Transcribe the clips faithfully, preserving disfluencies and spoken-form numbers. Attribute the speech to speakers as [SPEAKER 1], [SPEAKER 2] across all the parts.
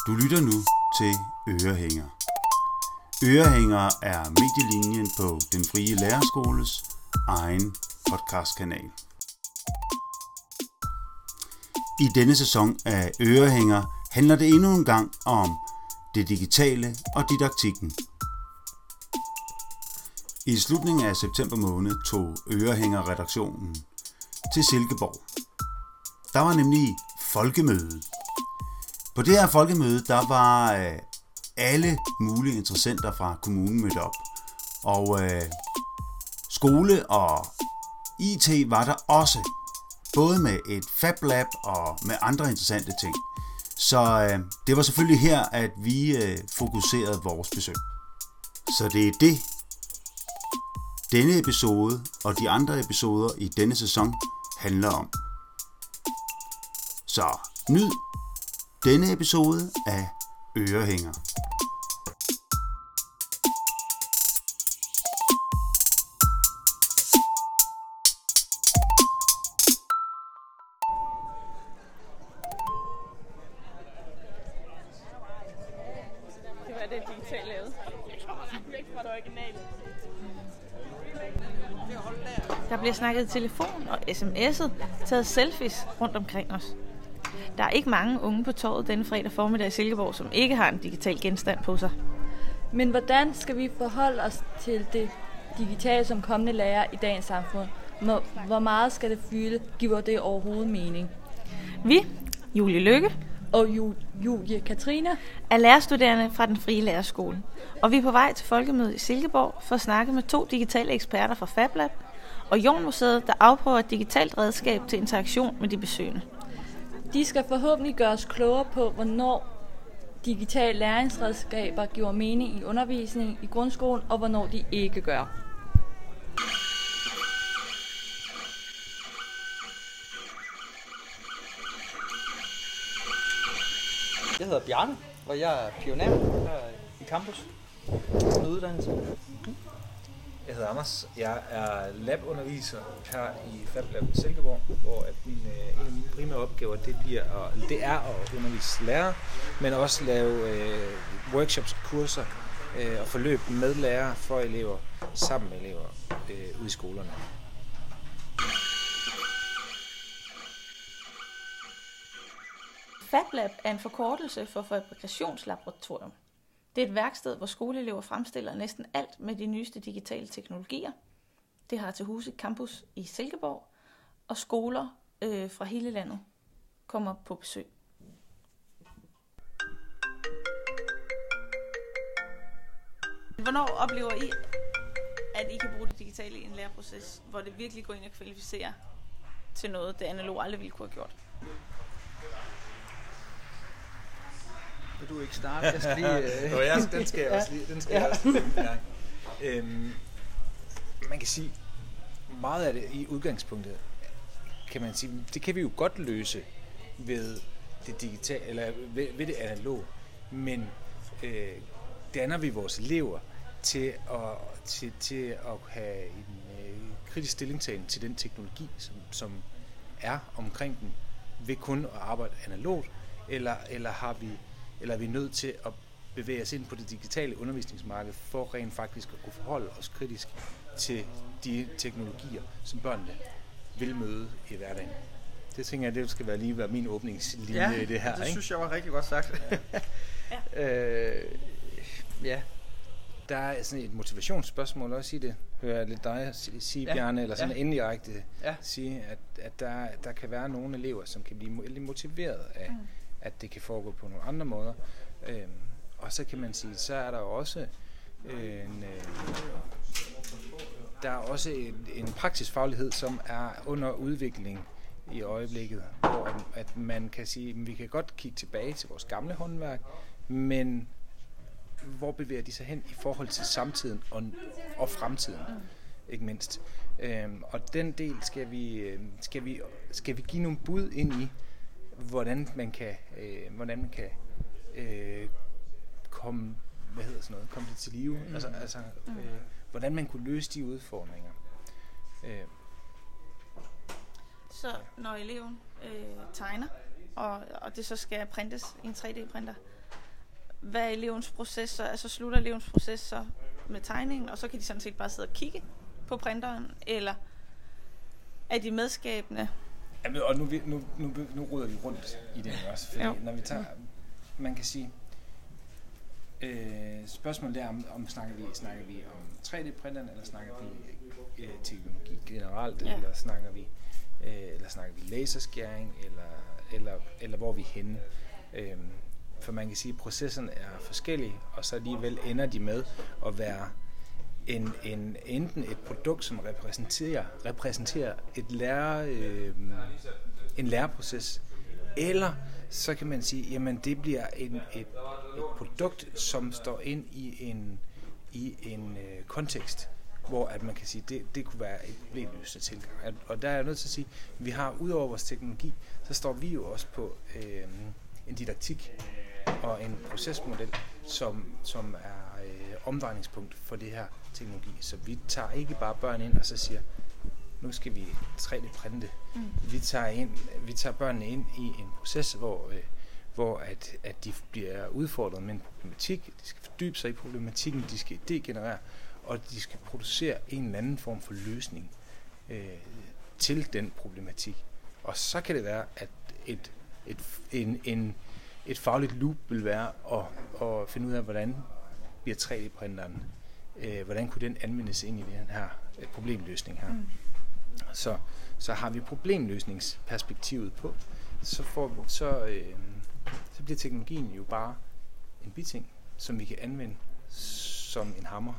[SPEAKER 1] Du lytter nu til Ørehænger. Ørehænger er medielinjen på Den Frie Lærerskoles egen podcastkanal. I denne sæson af Ørehænger handler det endnu en gang om det digitale og didaktikken. I slutningen af september måned tog Ørehænger-redaktionen til Silkeborg. Der var nemlig folkemøde. På det her folkemøde, der var øh, alle mulige interessenter fra kommunen mødt op. Og øh, skole og I T var der også. Både med et FabLab og med andre interessante ting. Så øh, det var selvfølgelig her, at vi øh, fokuserede vores besøg. Så det er det, denne episode og de andre episoder i denne sæson handler om. Så nyd denne episode af Ørehænger.
[SPEAKER 2] Det var det digitalt lavet. Væk fra det originale.
[SPEAKER 3] Der bliver snakket i telefon og sms'et, taget selfies rundt omkring os. Der er ikke mange unge på torvet denne fredag formiddag i Silkeborg, som ikke har en digital genstand på sig.
[SPEAKER 4] Men hvordan skal vi forholde os til det digitale som kommende lærer i dagens samfund? Hvor meget skal det fylde? Giver det overhovedet mening?
[SPEAKER 3] Vi, Julie Lykke
[SPEAKER 4] og Ju- Julie Katrine,
[SPEAKER 3] er lærerstuderende fra Den Frie Lærerskole. Og vi er på vej til folkemødet i Silkeborg for at snakke med to digitale eksperter fra FabLab og Jornmuseet, der afprøver et digitalt redskab til interaktion med de besøgende.
[SPEAKER 4] De skal forhåbentlig gøre os klogere på, hvornår digitale læringsredskaber giver mening i undervisningen i grundskolen, og hvornår de ikke gør.
[SPEAKER 5] Jeg hedder Bjarne, og jeg er pioner her i campus med uddannelse.
[SPEAKER 6] Jeg hedder Anders. Jeg er labunderviser her i FabLab Silkeborg, hvor at min, en af mine primære opgaver det, bliver at, det er at undervise lærere, men også lave øh, workshops og kurser øh, og forløb med lærere for elever, sammen med elever øh, ude i skolerne.
[SPEAKER 3] FabLab er en forkortelse for fabrikationslaboratorium. Det er et værksted, hvor skoleelever fremstiller næsten alt med de nyeste digitale teknologier. Det har til huse campus i Silkeborg, og skoler øh, fra hele landet kommer på besøg. Hvornår oplever I, at I kan bruge det digitale i en læreproces, hvor det virkelig går ind og kvalificerer til noget, det analog aldrig ville kunne have gjort?
[SPEAKER 5] Vil du ikke starte? Jeg skal lige... Øh...
[SPEAKER 6] Nå, jeg, den skal jeg også lige... Den skal ja. jeg også lige ja. øhm, man kan sige, meget af det i udgangspunktet, kan man sige, det kan vi jo godt løse ved det digitale, eller ved, ved det analog, men øh, danner vi vores elever til at, til, til at have en øh, kritisk stillingtagen til den teknologi, som, som er omkring den, ved kun at arbejde analogt, eller, eller har vi eller er vi nødt til at bevæge os ind på det digitale undervisningsmarked for rent faktisk at kunne forholde os kritisk til de teknologier, som børnene vil møde i hverdagen. Det tænker jeg, det skal være lige være min åbningslinje
[SPEAKER 5] ja,
[SPEAKER 6] i det her.
[SPEAKER 5] det
[SPEAKER 6] ikke?
[SPEAKER 5] Synes jeg var rigtig godt sagt. ja. øh, ja.
[SPEAKER 6] Der er sådan et motivationsspørgsmål også i det. Hører jeg lidt dig sige, ja. Bjarne, eller sådan ja. indirekte ja. sige, at, at der, der kan være nogle elever, som kan blive motiveret af mm. at det kan foregå på nogle andre måder. Øhm, og så kan man sige, så er der også øh, en, øh, der er også en, en praktisk faglighed, som er under udvikling i øjeblikket, hvor at, at man kan sige, at vi kan godt kigge tilbage til vores gamle håndværk, men hvor bevæger de sig hen i forhold til samtiden og, og fremtiden, ikke mindst. Øhm, og den del skal vi, skal vi, skal vi give nogle bud ind i, hvordan man kan, øh, hvordan man kan øh, komme, hvad hedder sådan noget, komme det til live, mm. altså, altså øh, hvordan man kunne løse de udfordringer. Øh.
[SPEAKER 3] Så når eleven øh, tegner, og, og det så skal printes i en tre D-printer, hvad er elevens proces så? Altså slutter elevens proces så med tegningen, og så kan de sådan set bare sidde og kigge på printeren, eller er de medskabende?
[SPEAKER 6] Jamen, og nu, nu, nu, nu ruder vi rundt i det også, fordi jo. Når vi tager, man kan sige, øh, spørgsmålet er, om, om snakker, vi, snakker vi om tre D-printeren, eller snakker vi øh, teknologi generelt, ja. eller snakker vi øh, eller snakker vi laserskæring, eller, eller, eller hvor er vi henne? Øh, for man kan sige, at processerne er forskellige, og så alligevel ender de med at være En, en, enten et produkt, som repræsenterer, repræsenterer et lære, øh, en læreproces, eller så kan man sige, jamen det bliver en, et, et produkt, som står ind i en, i en øh, kontekst, hvor at man kan sige, det, det kunne være et problemløsende tilgang. Og der er jeg nødt til at sige, vi har udover vores teknologi, så står vi jo også på øh, en didaktik og en procesmodel, som, som er øh, omdrejningspunkt for det her teknologi. Så vi tager ikke bare børn ind og så siger, nu skal vi tre D-printe. Mm. Vi tager ind, vi tager børnene ind i en proces, hvor øh, hvor at, at de bliver udfordret med en problematik, de skal fordybe sig i problematikken, de skal degenerere, og de skal producere en eller anden form for løsning øh, til den problematik. Og så kan det være, at et, et, en, en, et fagligt loop vil være at, at finde ud af, hvordan bliver tre D-printeren, øh, hvordan kunne den anvendes ind i den her problemløsning her. Mm. Så, så har vi problemløsningsperspektivet på, så, får, så, øh, så bliver teknologien jo bare en biting, som vi kan anvende som en hammer.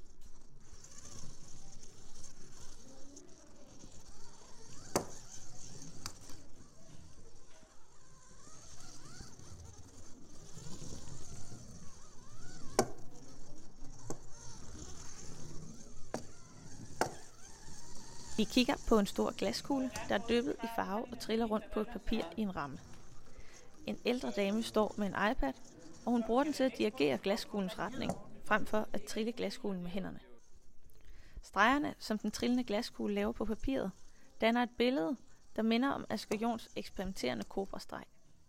[SPEAKER 3] Vi kigger på en stor glaskugle, der er dyppet i farve og triller rundt på et papir i en ramme. En ældre dame står med en iPad, og hun bruger den til at dirigere glaskuglens retning, frem for at trille glaskuglen med hænderne. Stregerne, som den trillende glaskugle laver på papiret, danner et billede, der minder om Asger Jorns eksperimenterende kobrastreg.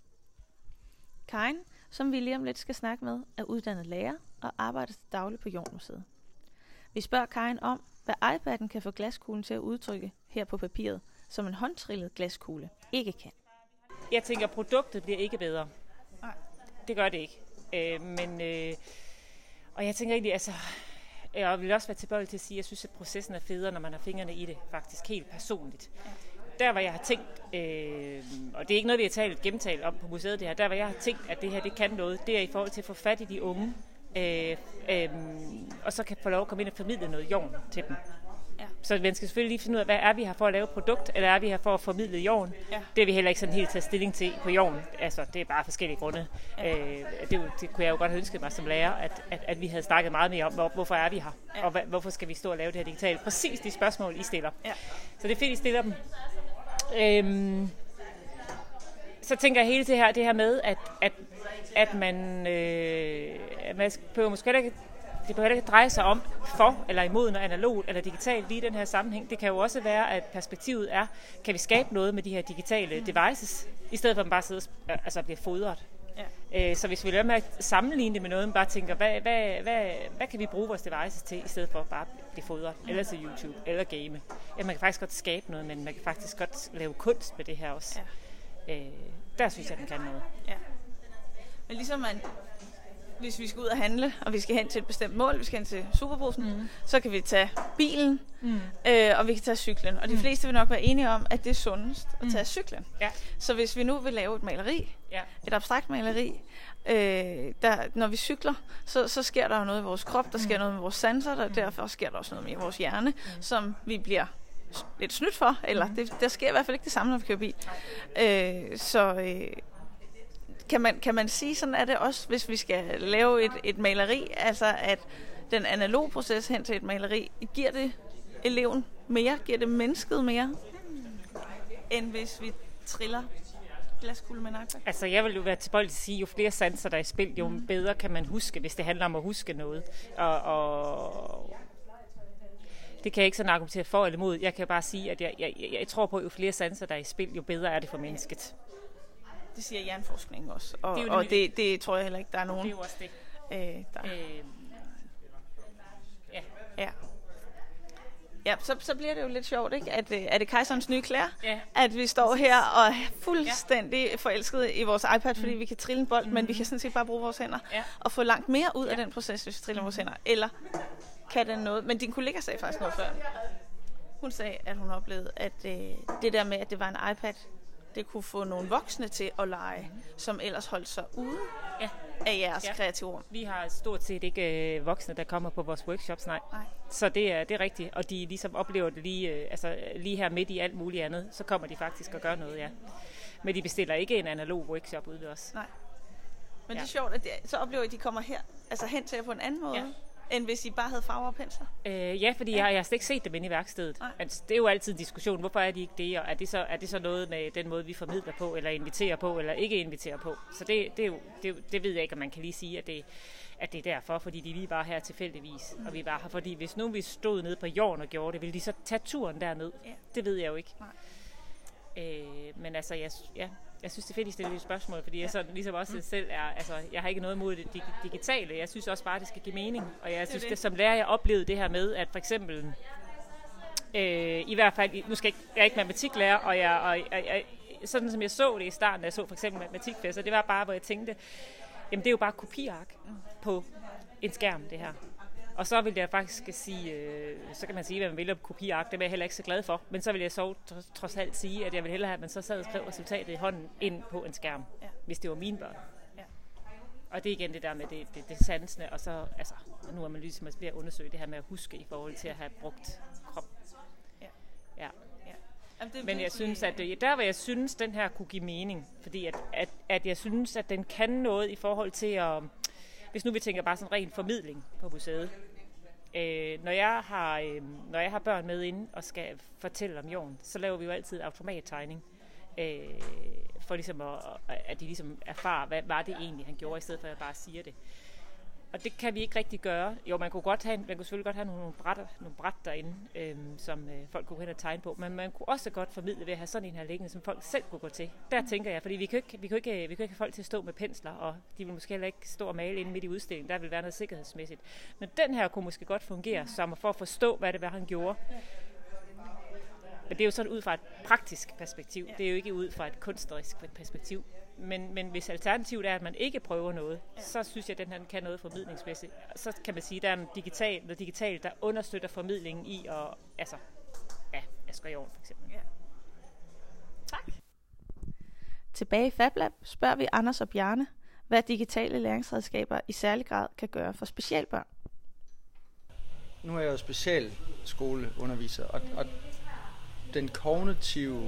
[SPEAKER 3] Karin, som vi lige om lidt skal snakke med, er uddannet lærer og arbejder til daglig på Jornmuseet. Vi spørger Karin om, hvad iPad'en kan få glaskuglen til at udtrykke her på papiret, som en håndtrillet glaskugle ikke kan.
[SPEAKER 7] Jeg tænker, at produktet bliver ikke bedre. Nej. Det gør det ikke. Øh, men, øh, og jeg tænker egentlig, altså, jeg vil også være tilbøjelig til at sige, at jeg synes, at processen er federe, når man har fingrene i det, faktisk helt personligt. Ja. Der, hvor jeg har tænkt, øh, og det er ikke noget, vi har talt gennemtalt om på museet, det her, der, hvor jeg har tænkt, at det her, det kan noget, det er i forhold til at få fat i de unge, Øh, øh, og så kan få lov at komme ind og formidle noget jorn til dem. Ja. Så man skal selvfølgelig lige finde ud af, hvad er vi her for at lave et produkt, eller er vi her for at formidle jorn? Ja. Det er vi heller ikke sådan helt taget stilling til på jorn. Altså, det er bare forskellige grunde. Ja. Øh, det, det kunne jeg jo godt have ønsket mig som lærer, at, at, at vi havde snakket meget mere om, hvor, hvorfor er vi her? Ja. Og hvad, hvorfor skal vi stå og lave det her digitalt? Præcis de spørgsmål, I stiller. Ja. Så det er fedt, I stiller dem. Øhm, så tænker jeg hele det her, det her med, at, at at man, øh, man behøver måske ikke, det behøver ikke dreje sig om for eller imod noget analogt eller digitalt lige i den her sammenhæng. Det kan jo også være, at perspektivet er, kan vi skabe noget med de her digitale devices, i stedet for at man bare sidder og altså bliver fodret. Ja. Øh, så hvis vi lader med at sammenligne det med noget, man bare tænker, hvad, hvad, hvad, hvad kan vi bruge vores devices til, i stedet for at bare blive fodret, eller til YouTube, eller game. Ja, man kan faktisk godt skabe noget, men man kan faktisk godt lave kunst med det her også. Ja. Øh, der synes jeg, den kan noget. Ja.
[SPEAKER 3] Men ligesom man, hvis vi skal ud og handle, og vi skal hen til et bestemt mål, vi skal hen til Superbrugsen, mm. så kan vi tage bilen, mm. øh, og vi kan tage cyklen. Og de fleste vil nok være enige om, at det er sundest at tage mm. cyklen. Ja. Så hvis vi nu vil lave et maleri, ja. et abstrakt maleri, øh, der, når vi cykler, så, så sker der jo noget i vores krop, der sker mm. noget med vores sanser, og derfor sker der også noget med vores hjerne, mm. som vi bliver lidt snydt for, eller mm. det, der sker i hvert fald ikke det samme, når vi kører bil. Øh, så... Øh, Kan man, kan man sige, sådan er det også, hvis vi skal lave et, et maleri, altså at den analoge proces hen til et maleri, giver det eleven mere, giver det mennesket mere, end hvis vi triller glaskugle med en iPad?
[SPEAKER 7] Altså jeg vil jo være tilbøjelig til at sige, jo flere sanser der er i spil, jo mm. bedre kan man huske, hvis det handler om at huske noget. Og, og det kan jeg ikke sådan argumentere for eller imod. Jeg kan bare sige, at jeg, jeg, jeg tror på, at jo flere sanser der er i spil, jo bedre er det for mennesket.
[SPEAKER 3] Det siger hjerneforskningen også. Og
[SPEAKER 7] det,
[SPEAKER 3] det, og det, det tror jeg heller ikke, der er nogen.
[SPEAKER 7] Det er jo også det.
[SPEAKER 3] Øh, der.
[SPEAKER 7] Øh, ja.
[SPEAKER 3] Ja. Ja, så, så bliver det jo lidt sjovt, ikke? At, er det kejserens nye klæder?
[SPEAKER 7] Ja.
[SPEAKER 3] At vi står her og er fuldstændig ja. forelskede i vores iPad, fordi mm. vi kan trille en bold, mm. men vi kan sådan set bare bruge vores hænder
[SPEAKER 7] ja.
[SPEAKER 3] og få langt mere ud ja. af den proces, hvis vi triller
[SPEAKER 7] mm.
[SPEAKER 3] vores hænder. Eller kan den noget? Men din kollega sagde faktisk noget før. Hun sagde, at hun oplevede, at øh, det der med, at det var en iPad, det kunne få nogle voksne til at lege, mm. som ellers holdt sig ude ja. af jeres ja. kreative rum.
[SPEAKER 7] Vi har stort set ikke øh, voksne, der kommer på vores workshops, nej. nej. Så det er, det er rigtigt, og de ligesom oplever det lige, øh, altså, lige her midt i alt muligt andet, så kommer de faktisk og gør noget, ja. Men de bestiller ikke en analog workshop ude ved os.
[SPEAKER 3] Nej. Men
[SPEAKER 7] ja.
[SPEAKER 3] det er sjovt, at de, så oplever I, at de kommer her, altså hen til jer på en anden måde. Ja. End hvis I bare havde farver og pensler?
[SPEAKER 7] Øh, ja, fordi ja. Jeg, jeg har slet ikke set dem inde i værkstedet. Altså, det er jo altid en diskussion, hvorfor er de ikke det, og er det, så, er det så noget med den måde, vi formidler på, eller inviterer på, eller ikke inviterer på. Så det, det, er jo, det, det ved jeg ikke, om man kan lige sige, at det, at det er derfor, fordi de lige var her tilfældigvis, mm. og vi var her. Fordi hvis nu vi stod nede på jorden og gjorde det, ville de så tage turen derned? Ja. Det ved jeg jo ikke. Øh, men altså, jeg, ja, jeg synes, det er fedt, at I stiller et spørgsmål, fordi jeg sådan, ligesom også selv er, altså, jeg har ikke noget mod det digitale. Jeg synes også bare, det skal give mening. Og jeg synes, det, det som lærer, jeg oplevede det her med, at for eksempel, øh, i hvert fald, nu skal jeg, jeg er ikke matematiklærer, og jeg, og, og, jeg, sådan som jeg så det i starten, da jeg så for eksempel matematikfester, det var bare, hvor jeg tænkte, jamen det er jo bare kopiark på en skærm, det her. Og så vil jeg faktisk sige, øh, så kan man sige, hvad man vil om kopiark, det er jeg heller ikke så glad for. Men så vil jeg så trods alt sige, at jeg vil hellere have, at man så sad og skrev resultatet i hånden ind på en skærm, ja. hvis det var mine børn. Ja. Og det er igen det der med det, det, det sansende, og så, altså, nu er man ligesom ved at undersøge det her med at huske i forhold til at have brugt krop. Ja. Ja. Ja. Men jeg synes, at det, der hvor jeg synes, den her kunne give mening, fordi at, at, at jeg synes, at den kan noget i forhold til at, hvis nu vi tænker bare sådan ren formidling på museet. Øh, når, jeg har, øh, når jeg har børn med inde og skal fortælle om jorden, så laver vi jo altid automattegning. Øh, for ligesom at, at de ligesom erfarer, hvad var det egentlig, han gjorde, i stedet for at jeg bare siger det. Og det kan vi ikke rigtig gøre. Jo, man kunne, godt have, man kunne selvfølgelig godt have nogle brætter, nogle bræt derinde, øh, som øh, folk kunne hen og tegne på. Men man kunne også godt formidle ved at have sådan en her liggende, som folk selv kunne gå til. Der tænker jeg, fordi vi kan ikke, vi kan ikke, vi kan ikke have folk til at stå med pensler, og de vil måske heller ikke stå og male inde midt i udstillingen. Der vil være noget sikkerhedsmæssigt. Men den her kunne måske godt fungere, som for at forstå, hvad det var, han gjorde. Men det er jo sådan ud fra et praktisk perspektiv. Det er jo ikke ud fra et kunstnerisk perspektiv. Men, men hvis alternativet er, at man ikke prøver noget, ja. så synes jeg, at den her kan noget formidlingsmæssigt. Så kan man sige, at der er en digital, noget digitalt, der understøtter formidlingen i at, altså, ja, Asger Jorn for eksempel. Ja.
[SPEAKER 3] Tak. Tilbage i FabLab spørger vi Anders og Bjarne, hvad digitale læringsredskaber i særlig grad kan gøre for specialbørn.
[SPEAKER 5] Nu er jeg jo specialskoleunderviser, og, og den kognitive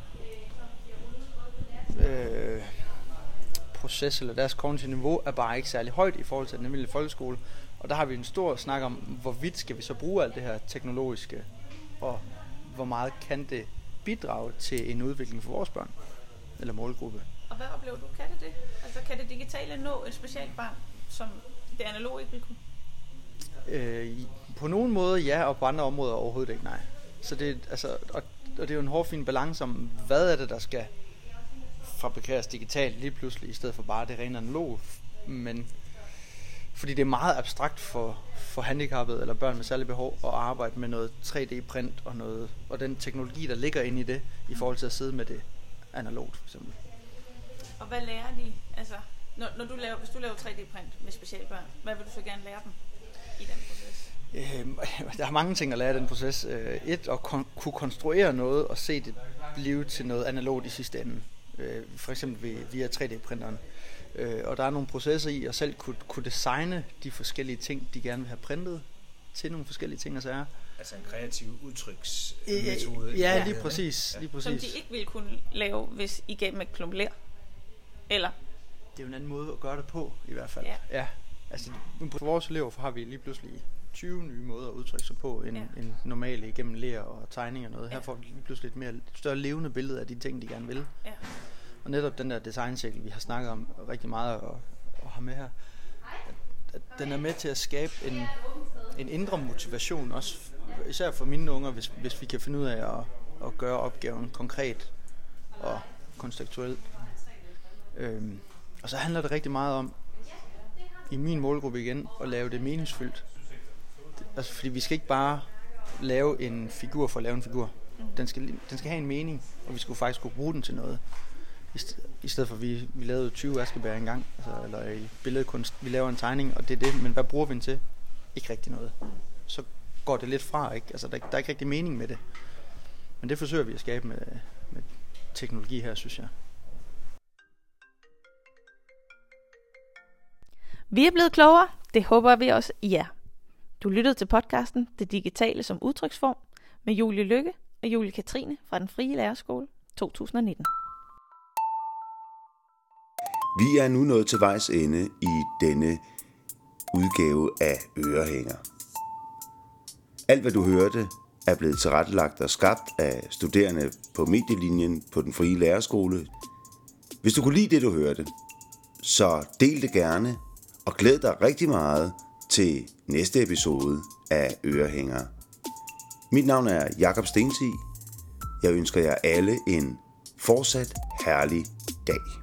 [SPEAKER 5] øh, proces, eller deres kognitive niveau, er bare ikke særlig højt i forhold til den almindelige folkeskole. Og der har vi en stor snak om, hvorvidt skal vi så bruge alt det her teknologiske, og hvor meget kan det bidrage til en udvikling for vores børn, eller målgruppe.
[SPEAKER 3] Og hvad oplever du? Kan det det? Altså kan det digitale nå et specielt barn, som det analoge ikke vil kunne?
[SPEAKER 5] Øh, på nogle måder ja, og på andre områder overhovedet ikke nej. Så det, altså, og, og det er jo en hårfin balance om, hvad er det, der skal fabrikeres digitalt lige pludselig, i stedet for bare det rene analoge. Men fordi det er meget abstrakt for, for handicappede eller børn med særlige behov at arbejde med noget tre D-print og, noget, og den teknologi, der ligger inde i det, i forhold til at sidde med det analogt for eksempel.
[SPEAKER 3] Og hvad lærer de? Altså, når, når du laver, hvis du laver tre D-print med specialbørn, hvad vil du så gerne lære dem i den proces?
[SPEAKER 5] Øh, der er mange ting at lære i den proces. Et, at kon- kunne konstruere noget og se det blive til noget analogt i sidste ende. Øh, for eksempel via tre D-printeren. Øh, og der er nogle processer i at selv kunne, kunne designe de forskellige ting, de gerne vil have printet til nogle forskellige ting og sager.
[SPEAKER 6] Altså en kreativ udtryksmetode.
[SPEAKER 5] Øh, ja, lige præcis, lige præcis.
[SPEAKER 3] Som de ikke ville kunne lave, hvis I gav dem et klump ler. Eller?
[SPEAKER 5] Det er jo en anden måde at gøre det på, i hvert fald.
[SPEAKER 3] Ja.
[SPEAKER 5] Ja. Altså, på vores elever har vi lige pludselig tyve nye måder at udtrykke sig på, end, ja. end normale igennem ler og tegning og noget. Her ja. får vi lige pludselig et mere større levende billede af de ting, de gerne vil. Ja. Og netop den der designcirkel, vi har snakket om rigtig meget og, og har med her, at, at den er med til at skabe en, en indre motivation, også især for mine unger, hvis, hvis vi kan finde ud af at, at gøre opgaven konkret og konceptuelt. Øhm, og så handler det rigtig meget om, i min målgruppe igen, at lave det meningsfyldt. Altså, fordi vi skal ikke bare lave en figur for at lave en figur. Den skal, den skal have en mening, og vi skulle faktisk kunne bruge den til noget. I, st- i stedet for, at vi, vi lavede tyve askebær en gang, altså, eller i billedkunst, vi laver en tegning, og det er det, men hvad bruger vi den til? Ikke rigtig noget. Så går det lidt fra, ikke? Altså, der, der er ikke rigtig mening med det. Men det forsøger vi at skabe med, med teknologi her, synes jeg.
[SPEAKER 3] Vi er blevet klogere. Det håber vi også I er. Du lyttede til podcasten Det Digitale som Udtryksform med Julie Lykke og Julie Katrine fra Den Frie Lærerskole to tusind nitten.
[SPEAKER 1] Vi er nu nået til vejs ende i denne udgave af Ørehænger. Alt hvad du hørte er blevet tilrettelagt og skabt af studerende på medielinjen på Den Frie Lærerskole. Hvis du kunne lide det du hørte, så del det gerne og glæd dig rigtig meget til næste episode af Ørehænger. Mit navn er Jakob Stensig. Jeg ønsker jer alle en fortsat herlig dag.